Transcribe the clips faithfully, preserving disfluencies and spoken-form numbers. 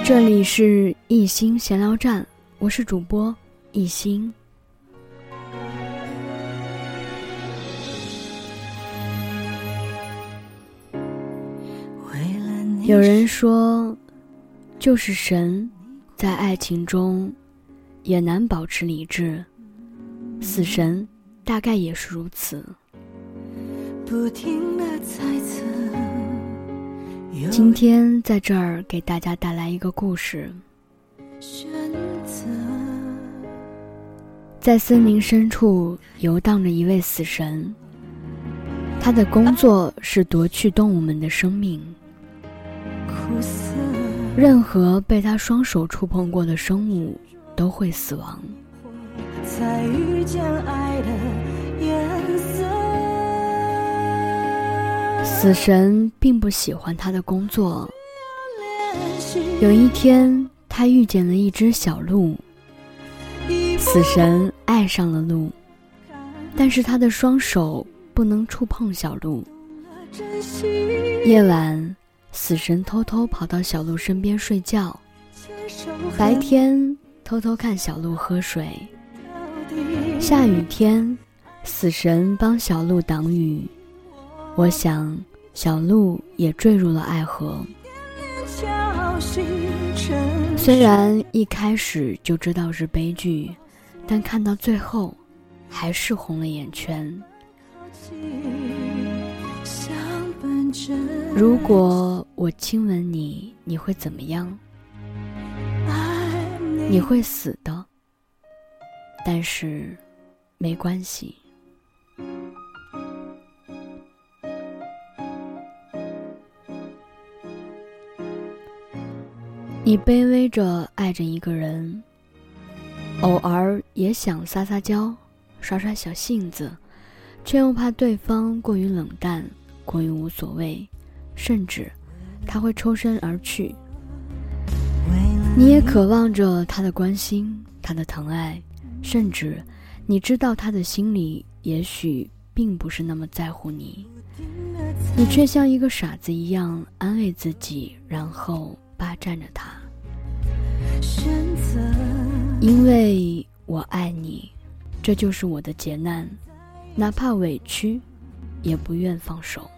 这里是一心闲聊站，我是主播一心。有人说，就是神在爱情中也难保持理智，死神大概也是如此。不停地猜测，今天在这儿给大家带来一个故事。在森林深处游荡着一位死神，他的工作是夺去动物们的生命，任何被他双手触碰过的生物都会死亡。才遇见爱的颜色。死神并不喜欢他的工作。有一天，他遇见了一只小鹿，死神爱上了鹿，但是他的双手不能触碰小鹿。夜晚，死神偷偷跑到小鹿身边睡觉，白天偷偷看小鹿喝水。下雨天，死神帮小鹿挡雨。我想小鹿也坠入了爱河。虽然一开始就知道是悲剧，但看到最后还是红了眼圈。如果我亲吻你，你会怎么样？你会死的，但是没关系。你卑微着爱着一个人，偶尔也想撒撒娇，耍耍小性子，却又怕对方过于冷淡，过于无所谓，甚至他会抽身而去。你也渴望着他的关心，他的疼爱，甚至你知道他的心里也许并不是那么在乎你，你却像一个傻子一样安慰自己，然后霸占着他。因为我爱你，这就是我的劫难，哪怕委屈也不愿放手。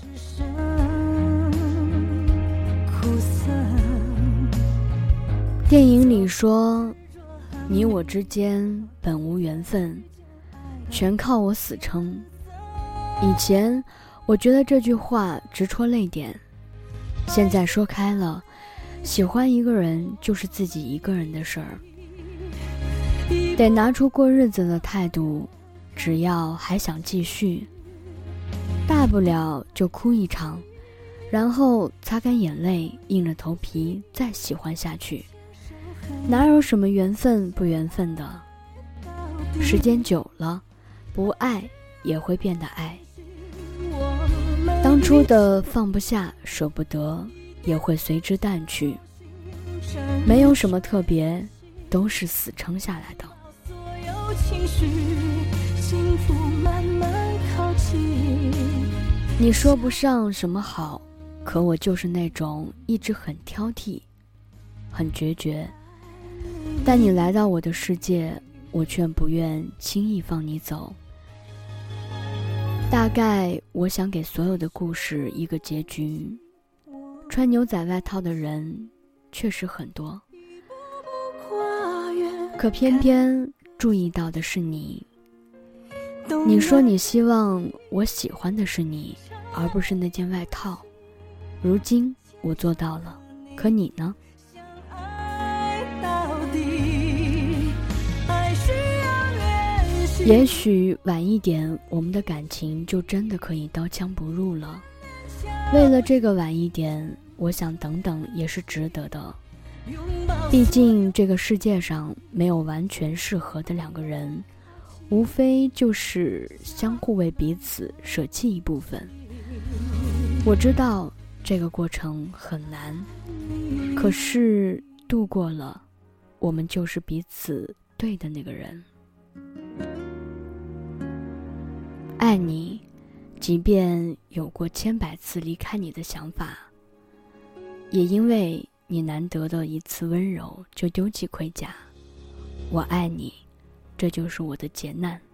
电影里说，你我之间本无缘分，全靠我死撑。以前我觉得这句话直戳泪点，现在说开了，喜欢一个人就是自己一个人的事儿，得拿出过日子的态度，只要还想继续，大不了就哭一场，然后擦干眼泪，硬着头皮再喜欢下去。哪有什么缘分不缘分的，时间久了，不爱也会变得爱，当初的放不下舍不得也会随之淡去，没有什么特别，都是死撑下来的。你说不上什么好，可我就是那种一直很挑剔，很决绝，但你来到我的世界，我却不愿轻易放你走。大概我想给所有的故事一个结局，穿牛仔外套的人确实很多，可偏偏注意到的是你。你说你希望我喜欢的是你，而不是那件外套。如今我做到了，可你呢？也许晚一点，我们的感情就真的可以刀枪不入了。为了这个晚一点，我想等等也是值得的。毕竟这个世界上没有完全适合的两个人，无非就是相互为彼此舍弃一部分。我知道这个过程很难，可是度过了，我们就是彼此对的那个人。爱你，即便有过千百次离开你的想法，也因为你难得的一次温柔就丢弃盔甲。我爱你，这就是我的劫难。